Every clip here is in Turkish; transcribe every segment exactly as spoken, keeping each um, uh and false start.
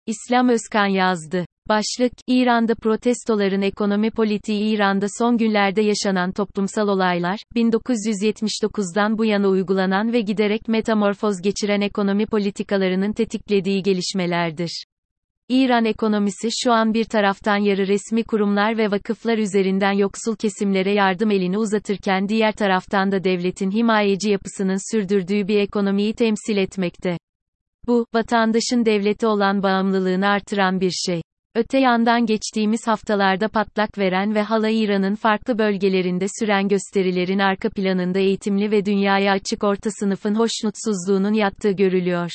İslam Özkan yazdı. Başlık, İran'da protestoların ekonomi politiği. İran'da son günlerde yaşanan toplumsal olaylar, bin dokuz yüz yetmiş dokuzdan bu yana uygulanan ve giderek metamorfoz geçiren ekonomi politikalarının tetiklediği gelişmelerdir. İran ekonomisi şu an bir taraftan yarı resmi kurumlar ve vakıflar üzerinden yoksul kesimlere yardım elini uzatırken diğer taraftan da devletin himayeci yapısının sürdürdüğü bir ekonomiyi temsil etmekte. Bu, vatandaşın devlete olan bağımlılığını artıran bir şey. Öte yandan geçtiğimiz haftalarda patlak veren ve hala İran'ın farklı bölgelerinde süren gösterilerin arka planında eğitimli ve dünyaya açık orta sınıfın hoşnutsuzluğunun yattığı görülüyor.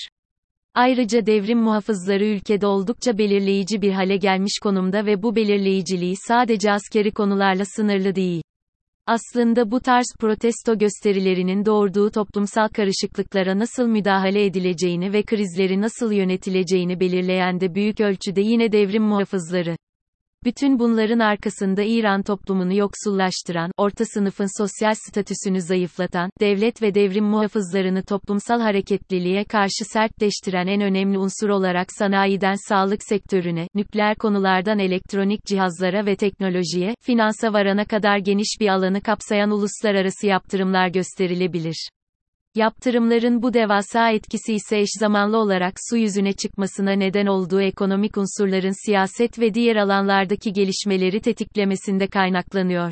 Ayrıca devrim muhafızları ülkede oldukça belirleyici bir hale gelmiş konumda ve bu belirleyiciliği sadece askeri konularla sınırlı değil. Aslında bu tarz protesto gösterilerinin doğurduğu toplumsal karışıklıklara nasıl müdahale edileceğini ve krizleri nasıl yönetileceğini belirleyen de büyük ölçüde yine devrim muhafızları. Bütün bunların arkasında İran toplumunu yoksullaştıran, orta sınıfın sosyal statüsünü zayıflatan, devlet ve devrim muhafızlarını toplumsal hareketliliğe karşı sertleştiren en önemli unsur olarak sanayiden sağlık sektörüne, nükleer konulardan elektronik cihazlara ve teknolojiye, finansa varana kadar geniş bir alanı kapsayan uluslararası yaptırımlar gösterilebilir. Yaptırımların bu devasa etkisi ise eş zamanlı olarak su yüzüne çıkmasına neden olduğu ekonomik unsurların siyaset ve diğer alanlardaki gelişmeleri tetiklemesinde kaynaklanıyor.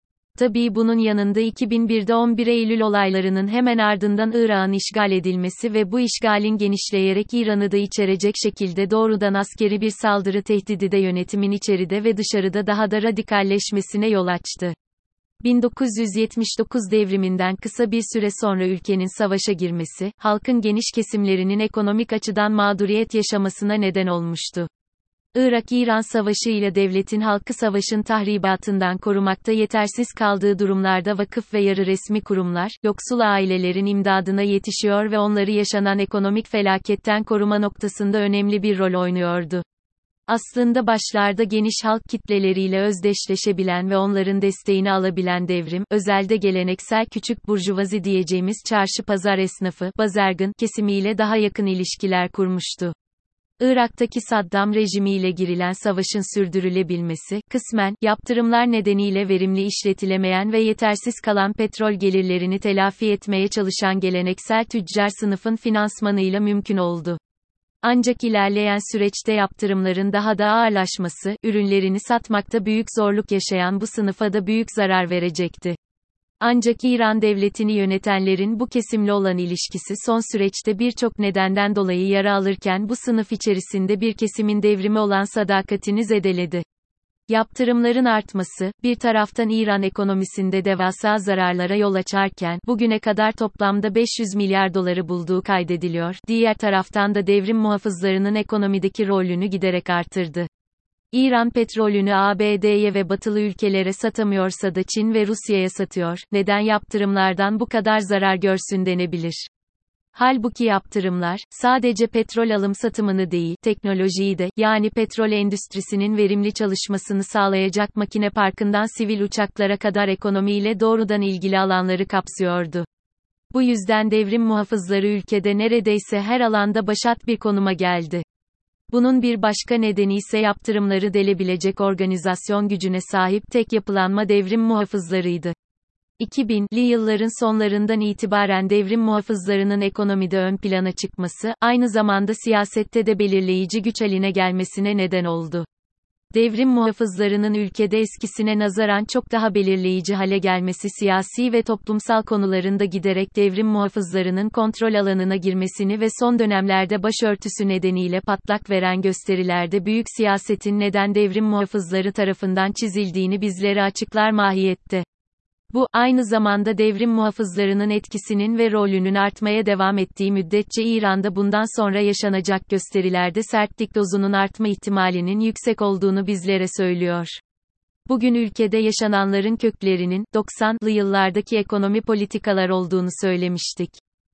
Tabii bunun yanında iki bin birde on bir Eylül olaylarının hemen ardından Irak'ın işgal edilmesi ve bu işgalin genişleyerek İran'ı da içerecek şekilde doğrudan askeri bir saldırı tehdidi de yönetimin içeride ve dışarıda daha da radikalleşmesine yol açtı. bin dokuz yüz yetmiş dokuz devriminden kısa bir süre sonra ülkenin savaşa girmesi, halkın geniş kesimlerinin ekonomik açıdan mağduriyet yaşamasına neden olmuştu. Irak-İran Savaşı ile devletin halkı savaşın tahribatından korumakta yetersiz kaldığı durumlarda vakıf ve yarı resmi kurumlar, yoksul ailelerin imdadına yetişiyor ve onları yaşanan ekonomik felaketten koruma noktasında önemli bir rol oynuyordu. Aslında başlarda geniş halk kitleleriyle özdeşleşebilen ve onların desteğini alabilen devrim, özelde geleneksel küçük burjuvazi diyeceğimiz çarşı pazar esnafı, bazargın kesimiyle daha yakın ilişkiler kurmuştu. Irak'taki Saddam rejimiyle girilen savaşın sürdürülebilmesi, kısmen, yaptırımlar nedeniyle verimli işletilemeyen ve yetersiz kalan petrol gelirlerini telafi etmeye çalışan geleneksel tüccar sınıfın finansmanıyla mümkün oldu. Ancak ilerleyen süreçte yaptırımların daha da ağırlaşması, ürünlerini satmakta büyük zorluk yaşayan bu sınıfa da büyük zarar verecekti. Ancak İran devletini yönetenlerin bu kesimle olan ilişkisi son süreçte birçok nedenden dolayı yara alırken bu sınıf içerisinde bir kesimin devrime olan sadakatini zedeledi. Yaptırımların artması, bir taraftan İran ekonomisinde devasa zararlara yol açarken, bugüne kadar toplamda beş yüz milyar doları bulduğu kaydediliyor, diğer taraftan da devrim muhafızlarının ekonomideki rolünü giderek artırdı. İran petrolünü A B D'ye ve batılı ülkelere satamıyorsa da Çin ve Rusya'ya satıyor, neden yaptırımlardan bu kadar zarar görsün denebilir. Halbuki yaptırımlar, sadece petrol alım-satımını değil, teknolojiyi de, yani petrol endüstrisinin verimli çalışmasını sağlayacak makine parkından sivil uçaklara kadar ekonomiyle doğrudan ilgili alanları kapsıyordu. Bu yüzden devrim muhafızları ülkede neredeyse her alanda başat bir konuma geldi. Bunun bir başka nedeni ise yaptırımları delebilecek organizasyon gücüne sahip tek yapılanma devrim muhafızlarıydı. iki binli yılların sonlarından itibaren devrim muhafızlarının ekonomide ön plana çıkması, aynı zamanda siyasette de belirleyici güç haline gelmesine neden oldu. Devrim muhafızlarının ülkede eskisine nazaran çok daha belirleyici hale gelmesi siyasi ve toplumsal konularında giderek devrim muhafızlarının kontrol alanına girmesini ve son dönemlerde başörtüsü nedeniyle patlak veren gösterilerde büyük siyasetin neden devrim muhafızları tarafından çizildiğini bizlere açıklar mahiyette. Bu, aynı zamanda devrim muhafızlarının etkisinin ve rolünün artmaya devam ettiği müddetçe İran'da bundan sonra yaşanacak gösterilerde sertlik dozunun artma ihtimalinin yüksek olduğunu bizlere söylüyor. Bugün ülkede yaşananların köklerinin, doksanlı yıllardaki ekonomi politikalar olduğunu söylemiştik.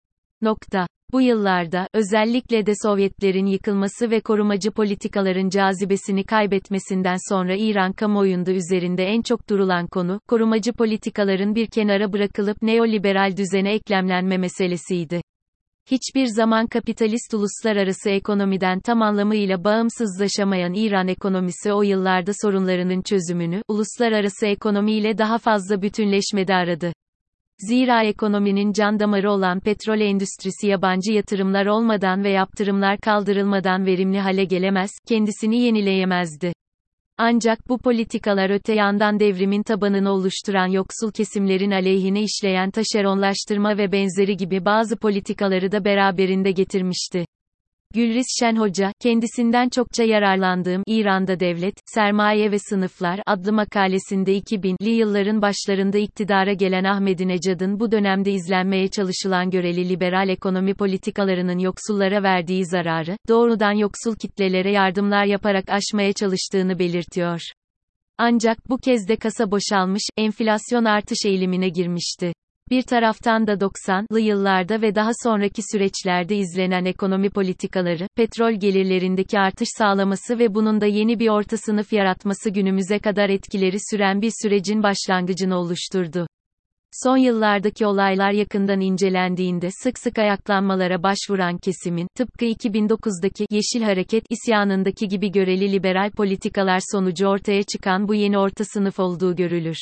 Nokta. Bu yıllarda, özellikle de Sovyetlerin yıkılması ve korumacı politikaların cazibesini kaybetmesinden sonra İran kamuoyunda üzerinde en çok durulan konu, korumacı politikaların bir kenara bırakılıp neoliberal düzene eklemlenme meselesiydi. Hiçbir zaman kapitalist uluslararası ekonomiden tam anlamıyla bağımsızlaşamayan İran ekonomisi o yıllarda sorunlarının çözümünü, uluslararası ekonomiyle daha fazla bütünleşmede aradı. Zira ekonominin can damarı olan petrol endüstrisi yabancı yatırımlar olmadan ve yaptırımlar kaldırılmadan verimli hale gelemez, kendisini yenileyemezdi. Ancak bu politikalar öte yandan devrimin tabanını oluşturan yoksul kesimlerin aleyhine işleyen taşeronlaştırma ve benzeri gibi bazı politikaları da beraberinde getirmişti. Gülriz Şen Hoca, kendisinden çokça yararlandığım İran'da Devlet, Sermaye ve Sınıflar adlı makalesinde iki binli yılların başlarında iktidara gelen Ahmadinejad'ın bu dönemde izlenmeye çalışılan göreli liberal ekonomi politikalarının yoksullara verdiği zararı, doğrudan yoksul kitlelere yardımlar yaparak aşmaya çalıştığını belirtiyor. Ancak bu kez de kasa boşalmış, enflasyon artış eğilimine girmişti. Bir taraftan da doksanlı yıllarda ve daha sonraki süreçlerde izlenen ekonomi politikaları, petrol gelirlerindeki artış sağlaması ve bunun da yeni bir orta sınıf yaratması günümüze kadar etkileri süren bir sürecin başlangıcını oluşturdu. Son yıllardaki olaylar yakından incelendiğinde sık sık ayaklanmalara başvuran kesimin, tıpkı iki bin dokuzdaki Yeşil Hareket isyanındaki gibi göreli liberal politikalar sonucu ortaya çıkan bu yeni orta sınıf olduğu görülür.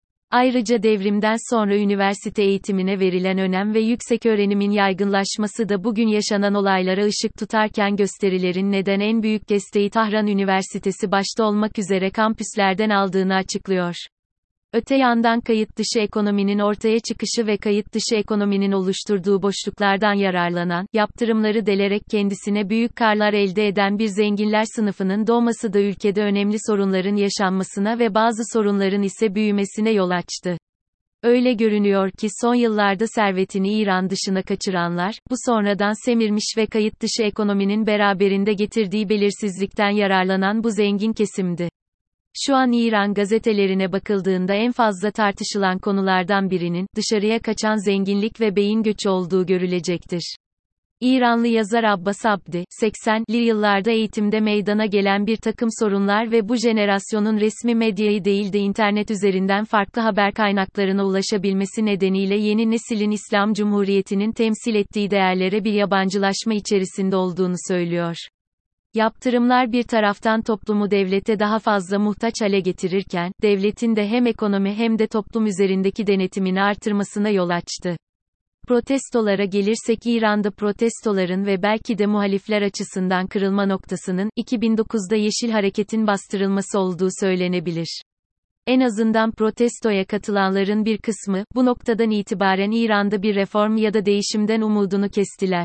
Ayrıca devrimden sonra üniversite eğitimine verilen önem ve yükseköğrenimin yaygınlaşması da bugün yaşanan olaylara ışık tutarken gösterilerin neden en büyük desteği Tahran Üniversitesi başta olmak üzere kampüslerden aldığını açıklıyor. Öte yandan kayıt dışı ekonominin ortaya çıkışı ve kayıt dışı ekonominin oluşturduğu boşluklardan yararlanan, yaptırımları delerek kendisine büyük karlar elde eden bir zenginler sınıfının doğması da ülkede önemli sorunların yaşanmasına ve bazı sorunların ise büyümesine yol açtı. Öyle görünüyor ki son yıllarda servetini İran dışına kaçıranlar, bu sonradan semirmiş ve kayıt dışı ekonominin beraberinde getirdiği belirsizlikten yararlanan bu zengin kesimdi. Şu an İran gazetelerine bakıldığında en fazla tartışılan konulardan birinin, dışarıya kaçan zenginlik ve beyin göçü olduğu görülecektir. İranlı yazar Abbas Abdi, seksenli yıllarda eğitimde meydana gelen bir takım sorunlar ve bu jenerasyonun resmi medyayı değil de internet üzerinden farklı haber kaynaklarına ulaşabilmesi nedeniyle yeni neslin İslam Cumhuriyeti'nin temsil ettiği değerlere bir yabancılaşma içerisinde olduğunu söylüyor. Yaptırımlar bir taraftan toplumu devlete daha fazla muhtaç hale getirirken, devletin de hem ekonomi hem de toplum üzerindeki denetimini artırmasına yol açtı. Protestolara gelirsek İran'da protestoların ve belki de muhalifler açısından kırılma noktasının, iki bin dokuzda Yeşil Hareket'in bastırılması olduğu söylenebilir. En azından protestoya katılanların bir kısmı, bu noktadan itibaren İran'da bir reform ya da değişimden umudunu kestiler.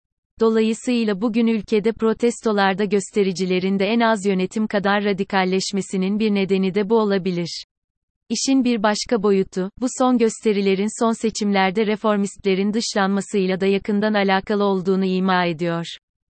Dolayısıyla bugün ülkede protestolarda göstericilerin de en az yönetim kadar radikalleşmesinin bir nedeni de bu olabilir. İşin bir başka boyutu, bu son gösterilerin son seçimlerde reformistlerin dışlanmasıyla da yakından alakalı olduğunu ima ediyor.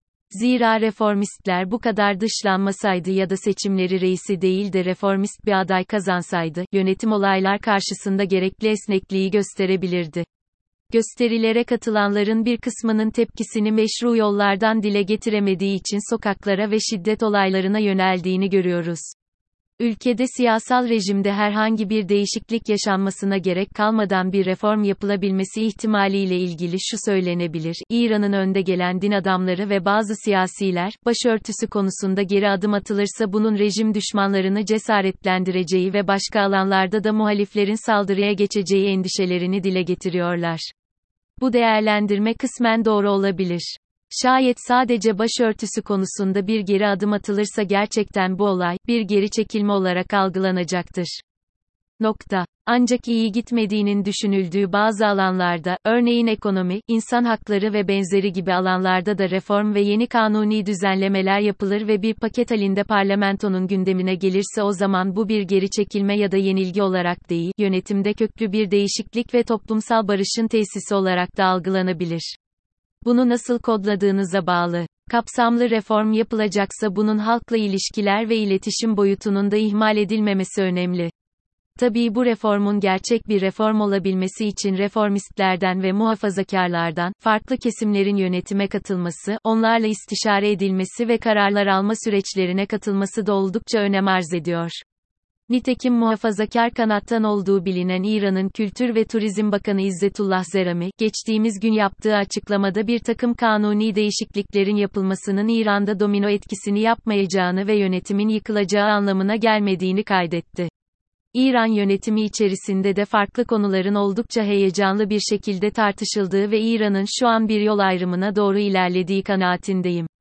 Zira reformistler bu kadar dışlanmasaydı ya da seçimleri reisi değil de reformist bir aday kazansaydı, yönetim olaylar karşısında gerekli esnekliği gösterebilirdi. Gösterilere katılanların bir kısmının tepkisini meşru yollardan dile getiremediği için sokaklara ve şiddet olaylarına yöneldiğini görüyoruz. Ülkede siyasal rejimde herhangi bir değişiklik yaşanmasına gerek kalmadan bir reform yapılabilmesi ihtimaliyle ilgili şu söylenebilir: İran'ın önde gelen din adamları ve bazı siyasiler, başörtüsü konusunda geri adım atılırsa bunun rejim düşmanlarını cesaretlendireceği ve başka alanlarda da muhaliflerin saldırıya geçeceği endişelerini dile getiriyorlar. Bu değerlendirme kısmen doğru olabilir. Şayet sadece başörtüsü konusunda bir geri adım atılırsa gerçekten bu olay, bir geri çekilme olarak algılanacaktır. Nokta. Ancak iyi gitmediğinin düşünüldüğü bazı alanlarda, örneğin ekonomi, insan hakları ve benzeri gibi alanlarda da reform ve yeni kanuni düzenlemeler yapılır ve bir paket halinde parlamentonun gündemine gelirse o zaman bu bir geri çekilme ya da yenilgi olarak değil, yönetimde köklü bir değişiklik ve toplumsal barışın tesisi olarak da algılanabilir. Bunu nasıl kodladığınıza bağlı. Kapsamlı reform yapılacaksa bunun halkla ilişkiler ve iletişim boyutunun da ihmal edilmemesi önemli. Tabii bu reformun gerçek bir reform olabilmesi için reformistlerden ve muhafazakarlardan, farklı kesimlerin yönetime katılması, onlarla istişare edilmesi ve kararlar alma süreçlerine katılması da oldukça önem arz ediyor. Nitekim muhafazakar kanattan olduğu bilinen İran'ın Kültür ve Turizm Bakanı İzzetullah Zerami, geçtiğimiz gün yaptığı açıklamada bir takım kanuni değişikliklerin yapılmasının İran'da domino etkisini yapmayacağını ve yönetimin yıkılacağı anlamına gelmediğini kaydetti. İran yönetimi içerisinde de farklı konuların oldukça heyecanlı bir şekilde tartışıldığı ve İran'ın şu an bir yol ayrımına doğru ilerlediği kanaatindeyim.